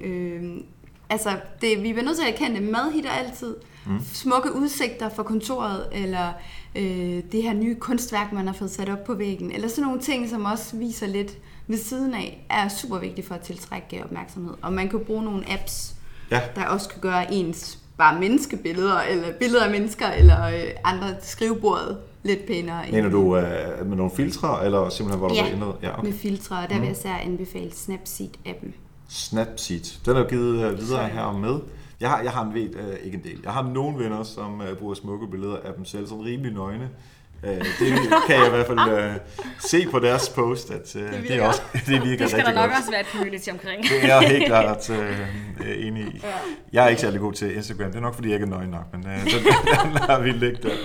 Vi bliver nødt til at erkende, mad hitter altid. Smukke udsigter for kontoret, eller det her nye kunstværk, man har fået sat op på væggen, eller sådan nogle ting, som også viser lidt ved siden af, er super vigtigt for at tiltrække opmærksomhed. Og man kan bruge nogle apps, der også kan gøre ens bare menneskebilleder, eller billeder af mennesker, eller andre skrivebordet lidt pænere. Mener du med nogle filtre, eller simpelthen hvor der var ændret? Ja, okay. Med filtre, og der vil jeg især anbefale Snapseed-appen. Snapseed, den er jo givet videre her med. Jeg har ikke en del. Jeg har nogle venner, som bruger smukke billeder af dem selv, som rimelig nøgne. Det kan jeg i hvert fald se på deres post, at det virker rigtig godt. Det skal der nok også være et community omkring. Det er jeg helt klart enig i. Jeg er ikke særlig god til Instagram. Det er nok, fordi jeg ikke er nøgen nok, men den lader vi ligge der.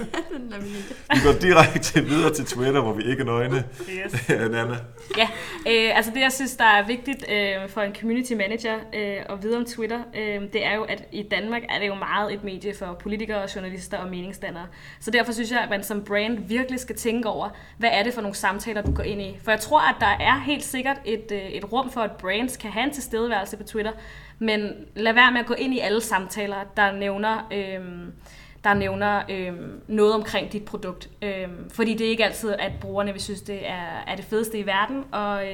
Vi går direkte videre til Twitter, hvor vi ikke er nøgne. Yes. Nanna? Ja, altså det, jeg synes, der er vigtigt for en community manager at vide om Twitter, det er jo, at i Danmark er det jo meget et medie for politikere, journalister og meningsdannere. Så derfor synes jeg, at man som brand virkelig skal tænke over, hvad er det for nogle samtaler, du går ind i. For jeg tror, at der er helt sikkert et rum for, at brands kan have en tilstedeværelse på Twitter, men lad være med at gå ind i alle samtaler, der nævner noget omkring dit produkt. Fordi det er ikke altid, at brugerne vil synes, det er det fedeste i verden,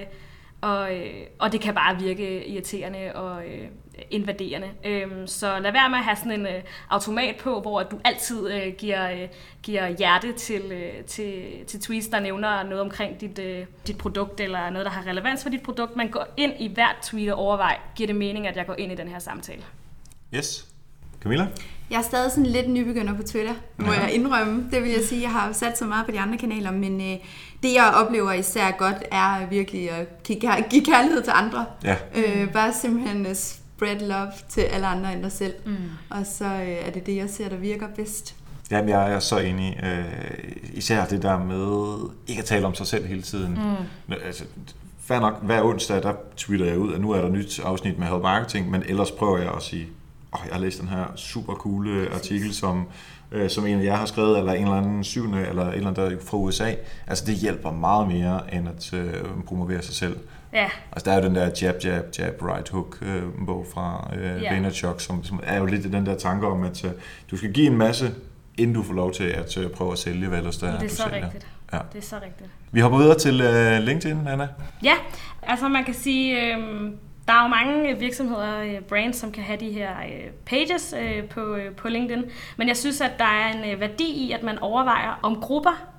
og det kan bare virke irriterende og invaderende. Så lad være med at have sådan en automat på, hvor du altid giver hjerte til tweets, der nævner noget omkring dit produkt, eller noget, der har relevans for dit produkt. Man går ind i hvert tweet og overvej, giver det mening, at jeg går ind i den her samtale? Yes. Camilla? Jeg er stadig sådan lidt nybegynder på Twitter, må jeg indrømme. Det vil jeg sige, jeg har sat så meget på de andre kanaler, men det jeg oplever især godt, er virkelig at give kærlighed til andre. Ja. Bare simpelthen spread love til alle andre end dig selv. Og så er det, jeg ser, der virker bedst. Jamen, jeg er så enig. Især det der med ikke at tale om sig selv hele tiden. Altså, fair nok, hver onsdag, der tweeter jeg ud, at nu er der nyt afsnit med Help Marketing, men ellers prøver jeg at sige, jeg har læst den her super coole artikel, som en af jer har skrevet, eller en eller anden syvende, eller en eller anden der fra USA. Altså, det hjælper meget mere, end at promovere sig selv. Ja. Altså, der er jo den der jab, right hook bog fra Vaynerchuk, som er jo lidt i den der tanke om, at du skal give en masse, inden du får lov til at prøve at sælge, hvad ellers der det er du så sælger. Rigtigt. Ja. Det er så rigtigt. Vi hopper videre til LinkedIn, Anna. Ja, altså man kan sige, der er jo mange virksomheder, brands, som kan have de her pages på LinkedIn, men jeg synes, at der er en værdi i, at man overvejer, om grupper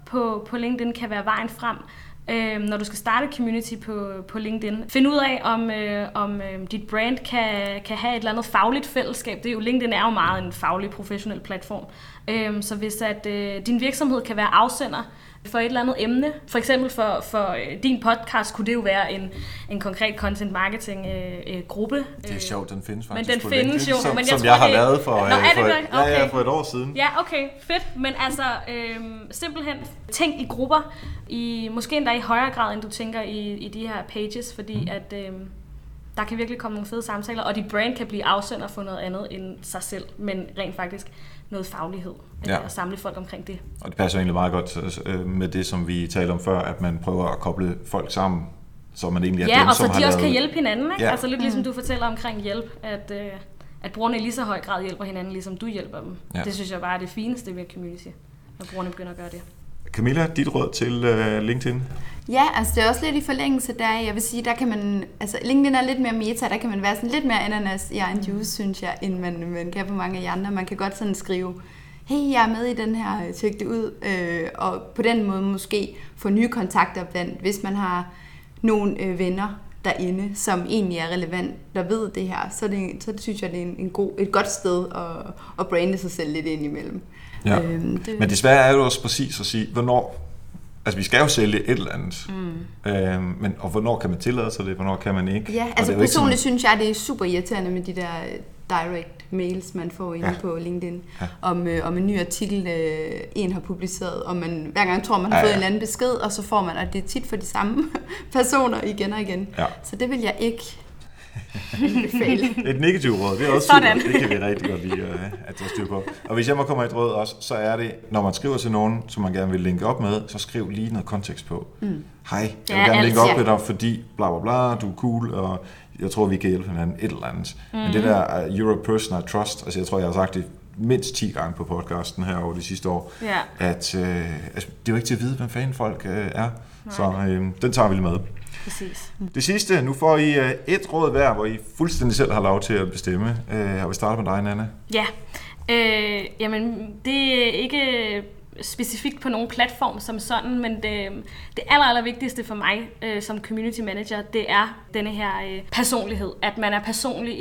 på LinkedIn kan være vejen frem, når du skal starte et community på LinkedIn. Find ud af, om dit brand kan have et eller andet fagligt fællesskab. LinkedIn er jo meget en faglig, professionel platform. Så hvis din virksomhed kan være afsender for et eller andet emne, for eksempel for din podcast, kunne det jo være en konkret content marketing gruppe. Det er sjovt, den findes faktisk. Men den findes jo. Som jeg har lavet for et år siden. Ja, okay, fedt. Men altså, simpelthen tænk i grupper, måske endda i højere grad, end du tænker i de her pages, fordi at der kan virkelig komme nogle fede samtaler, og dit brand kan blive afsender for noget andet end sig selv, men rent faktisk noget faglighed, at samle folk omkring det. Og det passer egentlig meget godt med det, som vi talte om før, at man prøver at koble folk sammen, så man egentlig er dem, som har lavet... Ja, og så de også kan hjælpe hinanden, ikke? Ja. Altså lidt ligesom du fortæller omkring hjælp, at brugerne i lige så høj grad hjælper hinanden, ligesom du hjælper dem. Ja. Det synes jeg bare er det fineste ved community, når brugerne begynder at gøre det. Camilla, dit råd til LinkedIn? Ja, altså det er også lidt i forlængelse der. Jeg vil sige, der kan man, altså LinkedIn er lidt mere meta, der kan man være sådan lidt mere ananas i egen juice, synes jeg, end man kan på mange af de andre. Man kan godt sådan skrive, hey, jeg er med i den her, tjek det ud, og på den måde måske få nye kontakter blandt, hvis man har nogle venner derinde, som egentlig er relevant, der ved det her, så det synes jeg, det er et godt sted at brande sig selv lidt ind imellem. Ja. Men desværre er det også præcis at sige, hvornår, altså vi skal jo sælge et eller andet, men og hvornår kan man tillade sig det, hvornår kan man ikke? Ja, altså personligt synes jeg, det er super irriterende med de der direct mails, man får inde på LinkedIn, om en ny artikel, en har publiceret, og man hver gang tror, man har fået en eller anden besked, og så får man, og det er tit for de samme personer igen og igen. Ja. Så det vil jeg ikke et negativt råd, det er også super. Det kan vi rigtig godt lide at tage styr på. Og hvis jeg må komme med et råd også, så er det, når man skriver til nogen, som man gerne vil linke op med, så skriv lige noget kontekst på. Hej, jeg vil gerne linke op med dig, fordi bla bla bla, du er cool, og jeg tror, vi kan hjælpe hinanden et eller andet. Men det der you're a person I trust, altså jeg tror, jeg har sagt det mindst 10 gange på podcasten her over de sidste år, at altså, det er jo ikke til at vide, hvem fanden folk er. Så den tager vi lige med. Præcis. Det sidste, nu får I et råd hver, hvor I fuldstændig selv har lov til at bestemme. Jeg vil starte med dig, Nanna. Ja, jamen det er ikke specifikt på nogen platform som sådan, men det aller vigtigste for mig som community manager, det er denne her personlighed. At man er personlig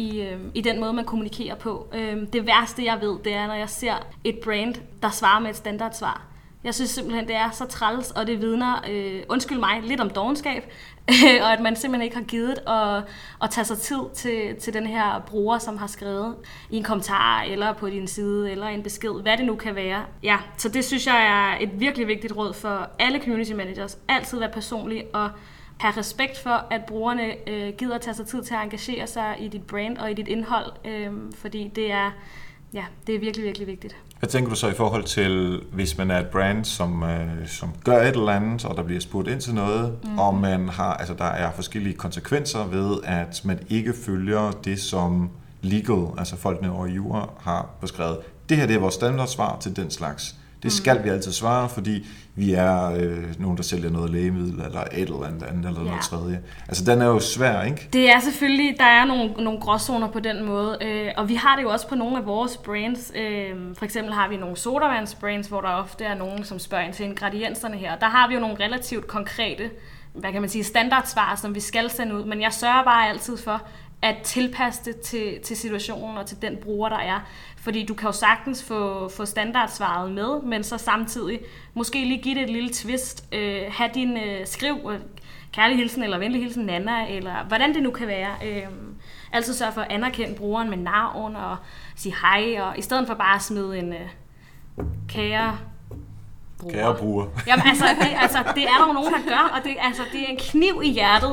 i den måde, man kommunikerer på. Det værste, jeg ved, det er, når jeg ser et brand, der svarer med et standardsvar. Jeg synes simpelthen, det er så træls, og det vidner, undskyld mig, lidt om dovenskab, og at man simpelthen ikke har givet at tage sig tid til den her bruger, som har skrevet i en kommentar, eller på din side, eller en besked, hvad det nu kan være. Ja, så det synes jeg er et virkelig vigtigt råd for alle community managers. Altid være personlig og have respekt for, at brugerne gider at tage sig tid til at engagere sig i dit brand og i dit indhold, fordi det er virkelig, virkelig vigtigt. Hvad tænker du så i forhold til, hvis man er et brand, som gør et eller andet, og der bliver spurgt ind til noget, og man har, altså der er forskellige konsekvenser ved, at man ikke følger det, som legal, altså folkene over i jura, har beskrevet. Det her, det er vores standardsvar til den slags. Det skal vi altid svare, fordi vi er nogen, der sælger noget lægemiddel, eller et eller andet, eller noget tredje. Altså, den er jo svær, ikke? Det er selvfølgelig, der er nogle gråzoner på den måde, og vi har det jo også på nogle af vores brands. For eksempel har vi nogle sodavandsbrands, hvor der ofte er nogen, som spørger ind til ingredienserne her. Der har vi jo nogle relativt konkrete, hvad kan man sige, standardsvar, som vi skal sende ud, men jeg sørger bare altid for at tilpasse det til situationen og til den bruger, der er. Fordi du kan jo sagtens få standardsvaret med, men så samtidig måske lige give det et lille twist. Have din skriv, kærlig hilsen eller venlig hilsen Nanna, eller hvordan det nu kan være. Altid sørge for at anerkende brugeren med navn og sige hej, og i stedet for bare at smide en kære bruger. Jamen det er der jo nogen, der gør, og det er en kniv i hjertet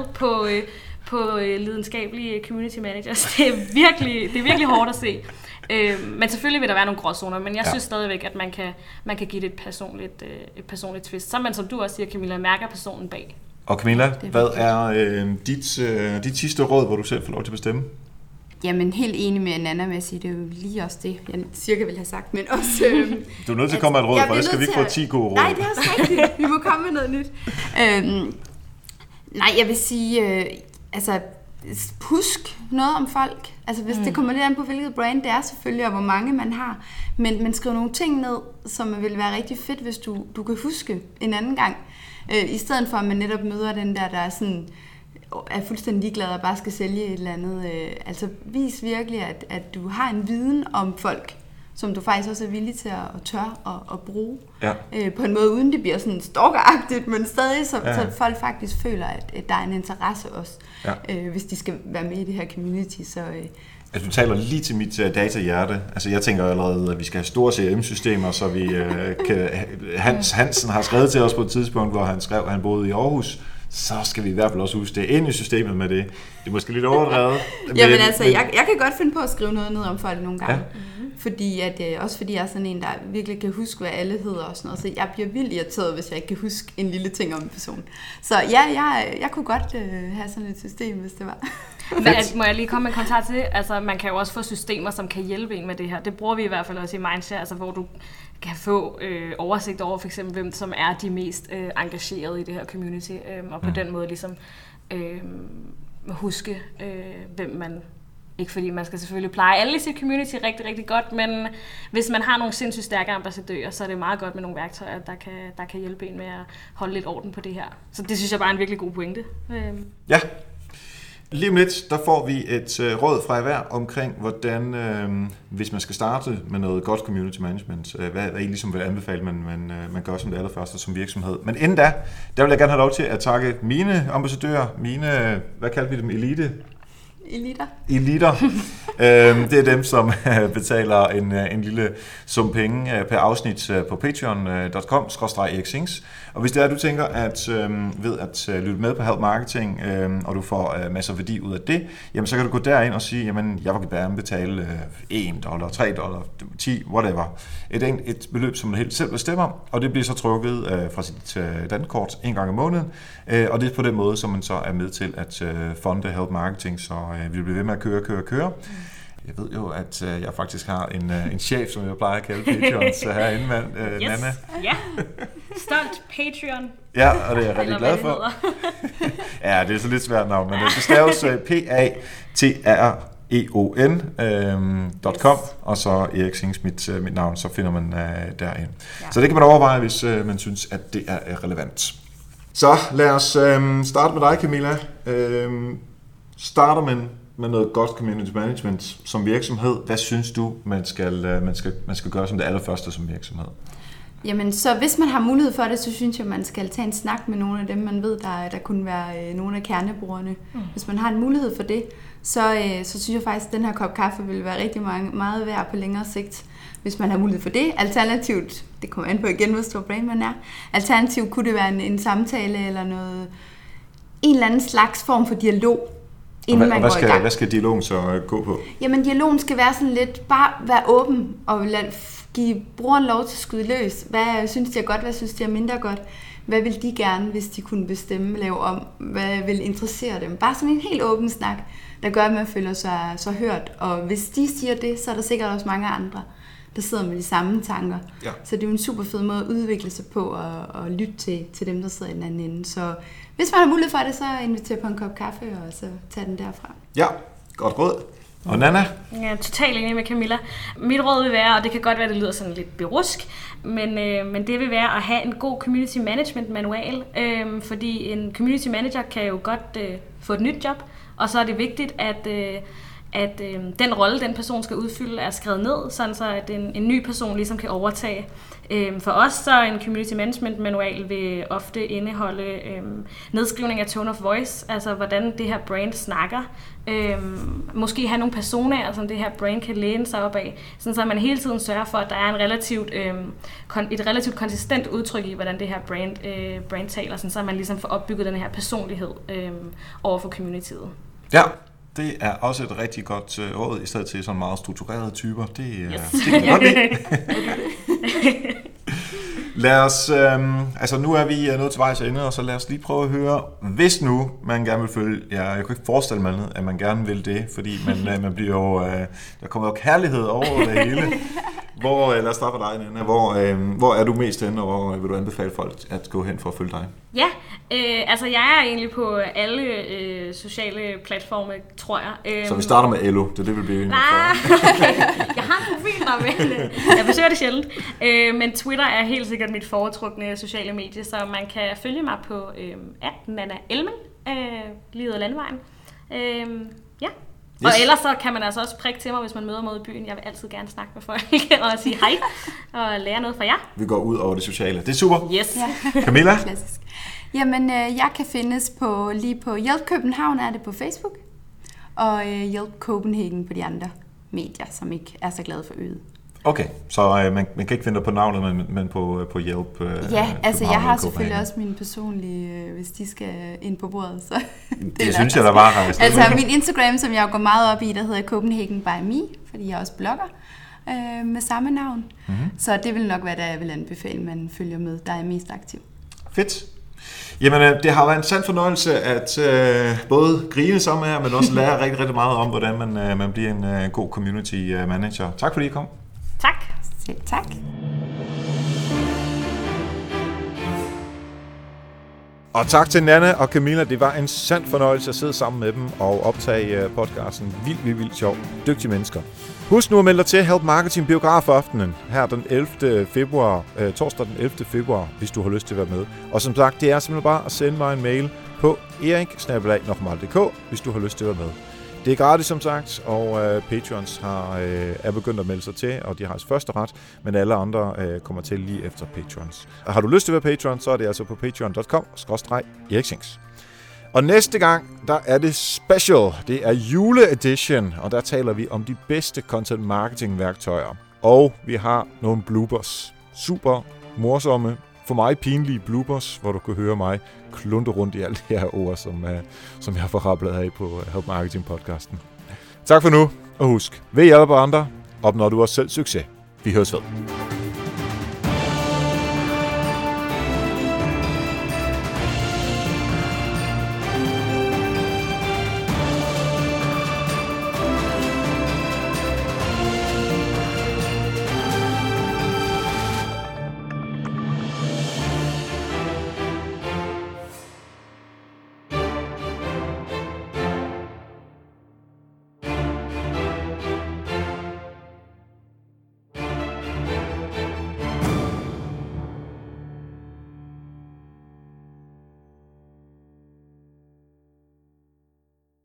på lidenskabelige community managers. Det er virkelig hårdt at se. Men selvfølgelig vil der være nogle gråzoner, men jeg synes stadigvæk, at man kan give det et personligt twist. Så man, som du også siger, Camilla, mærker personen bag. Og Camilla, hvad er dit sidste råd, hvor du selv får lov til at bestemme? Jamen, helt enig med Nanna med at sige, det er jo lige også det, jeg cirka ville have sagt, men også... Du er nødt til at komme med et råd, for det skal vi ikke få 10 gode råd. Nej, det er også rigtigt. Vi må komme med noget nyt. Nej, jeg vil sige, husk noget om folk. Altså hvis det kommer lidt an på, hvilket brand det er selvfølgelig, og hvor mange man har. Men skriv nogle ting ned, som vil være rigtig fedt, hvis du kan huske en anden gang. I stedet for, at man netop møder den der er sådan, er fuldstændig ligeglad og bare skal sælge et eller andet. Altså vis virkelig, at du har en viden om folk, som du faktisk også er villig til at tørre at bruge. Ja. På en måde, uden det bliver sådan stalkeragtigt, men stadig så folk faktisk føler, at der er en interesse også, hvis de skal være med i det her community. Så, altså, du taler lige til mit datahjerte. Altså, jeg tænker allerede, at vi skal have store CRM-systemer, så vi kan... Hansen har skrevet til os på et tidspunkt, hvor han skrev, at han boede i Aarhus. Så skal vi i hvert fald også huske det ind i systemet med det. Det er måske lidt overdrevet. Jamen altså, jeg kan godt finde på at skrive noget ned om folk nogle gange. Fordi også fordi jeg er sådan en, der virkelig kan huske, hvad alle hedder og sådan noget. Så jeg bliver vildt irriteret, hvis jeg ikke kan huske en lille ting om en person. Så ja, jeg kunne godt have sådan et system, hvis det var. Men må jeg lige komme med en kommentar til det? Altså, man kan jo også få systemer, som kan hjælpe en med det her. Det bruger vi i hvert fald også i Mindshare, altså hvor du kan få oversigt over for eksempel, hvem som er de mest engagerede i det her community, og på den måde ligesom huske, hvem man... Ikke fordi man skal selvfølgelig pleje alle i sit community rigtig, rigtig godt, men hvis man har nogle sindssygt stærke ambassadører, så er det meget godt med nogle værktøjer, der kan hjælpe en med at holde lidt orden på det her. Så det synes jeg bare er en virkelig god pointe. Ja. Lige om lidt, der får vi et råd fra hver omkring, hvordan, hvis man skal starte med noget godt community management, hvad I ligesom vil anbefale, man gør som det allerførste som virksomhed. Men inden da, der vil jeg gerne have lov til at takke mine ambassadører, mine, hvad kalder vi dem, Eliter. Det er dem, som betaler en lille sum penge per afsnit på patreon.com/eriksings. Og hvis det er, du tænker, at ved at lytte med på Help Marketing, og du får masser af værdi ud af det, jamen så kan du gå derind og sige, jamen jeg vil gerne betale $1, $3, 10, whatever. Et beløb, som man helt selv bestemmer, og det bliver så trukket fra sit dankort en gang om måneden, og det er på den måde, som man så er med til at fonde Help Marketing, så vi bliver ved med at køre. Jeg ved jo, at jeg faktisk har en chef, som jeg plejer at kalde Patreons herinde, yes. Nanna. Ja, stolt Patreon. Ja, og det er jeg rigtig glad for. Ja, det er så lidt svært navn, men det staves patreon.com, og så Eriksings mit navn, så finder man derind. Ja. Så det kan man overveje, hvis man synes, at det er relevant. Så lad os starte med dig, Camilla. Starter man med noget godt community management som virksomhed, hvad synes du, man skal gøre som det allerførste som virksomhed? Jamen, så hvis man har mulighed for det, så synes jeg, man skal tage en snak med nogle af dem, man ved, der kunne være nogle af kernebrugerne. Hvis man har en mulighed for det, så synes jeg faktisk, at den her kop kaffe vil være rigtig meget værd på længere sigt, hvis man har mulighed for det. Alternativt, det kommer an på igen, hvor stor brand man er. Alternativt kunne det være en samtale eller en eller anden slags form for dialog, inden man går i gang. Hvad skal dialogen så gå på? Jamen, dialogen skal være sådan lidt, bare være åben og give brugeren lov til at skyde løs. Hvad synes de er godt, hvad synes de er mindre godt? Hvad vil de gerne, hvis de kunne bestemme, lave om? Hvad vil interessere dem? Bare sådan en helt åben snak, der gør, at man føler sig så hørt. Og hvis de siger det, så er der sikkert også mange andre, der sidder med de samme tanker. Ja. Så det er jo en super fed måde at udvikle sig på og lytte til dem, der sidder i den anden ende. Så hvis man har mulighed for det, så inviter på en kop kaffe og så tage den derfra. Ja, godt råd. Og Nanna? Jeg er totalt enig med Camilla. Mit råd vil være, og det kan godt være, det lyder sådan lidt berusk, men det vil være at have en god community management manual, fordi en community manager kan jo godt få et nyt job, og så er det vigtigt, at den rolle, den person skal udfylde, er skrevet ned, sådan så at en ny person ligesom kan overtage. For os så en community management manual vil ofte indeholde nedskrivning af tone of voice, altså hvordan det her brand snakker. Måske have nogle personer, som det her brand kan læne sig op af, sådan så man hele tiden sørger for, at der er et relativt konsistent udtryk i, hvordan det her brand taler, sådan så man ligesom får opbygget den her personlighed over for communityet. Ja. Det er også et rigtig godt råd, i stedet til sådan meget strukturerede typer. Det kan jeg godt lide. Lad os, nu er vi nået til vejs ende, og så lad os lige prøve at høre, hvis nu man gerne vil følge, jeg kan ikke forestille mig andet, at man gerne vil det, fordi man bliver jo, der kommer jo kærlighed over det hele. Lad os starte med dig, Nana. Hvor er du mest henne, og hvor vil du anbefale folk at gå hen for at følge dig? Ja, altså jeg er egentlig på alle sociale platforme, tror jeg. Så vi starter med Ello, det er det, vi bliver. Jeg har en profil der, men jeg besøger det sjældent. Men Twitter er helt sikkert mit foretrukne sociale medie, så man kan følge mig på @Nana Elming, lige ud af Landvejen. Ja. Yes. Og ellers så kan man altså også prikke til mig, hvis man møder mig ude i byen. Jeg vil altid gerne snakke med folk og sige hej og lære noget fra jer. Vi går ud over det sociale. Det er super. Yes. Ja. Camilla? Klassisk. Jamen, jeg kan findes lige på Hjælp København er det på Facebook, og Hjælp Copenhagen på de andre medier, som ikke er så glade for øget. Okay, så man kan ikke finde dig på navnet, men på Hjælp. Ja, altså jeg har selvfølgelig også mine personlige, hvis de skal ind på bordet. Så det synes jeg, der var rejst. Altså min Instagram, som jeg går meget op i, der hedder Copenhagen by Me, fordi jeg også blogger med samme navn. Mm-hmm. Så det vil nok være, der jeg vil anbefale, man følger med, der er mest aktiv. Fedt. Jamen, det har været en sand fornøjelse at både grine sammen med jer, men også lære rigtig, rigtig meget om, hvordan man bliver en god community manager. Tak fordi I kom. Tak. Selv tak. Og tak til Nana og Camilla. Det var en sand fornøjelse at sidde sammen med dem og optage podcasten. Vildt sjov. Dygtige mennesker. Husk nu at melde dig til Help Marketing Biografaftenen her den 11. februar, torsdag den 11. februar, hvis du har lyst til at være med. Og som sagt, det er simpelthen bare at sende mig en mail på erik@nokmal.dk, hvis du har lyst til at være med. Det er gratis, som sagt, og Patreons er begyndt at melde sig til, og de har første ret, men alle andre kommer til lige efter Patreons. Og har du lyst til at være Patreon, så er det altså på patreon.com/eriksings. Og næste gang, der er det special. Det er juleedition, og der taler vi om de bedste content marketing værktøjer. Og vi har nogle bloopers. Super morsomme, for mig pinlige bloopers, hvor du kan høre mig klunte rundt i alle de her ord, som jeg har forrablet af på Help Marketing podcasten. Tak for nu, og husk, ved hjælpe andre, opnår du også selv succes. Vi høres ved.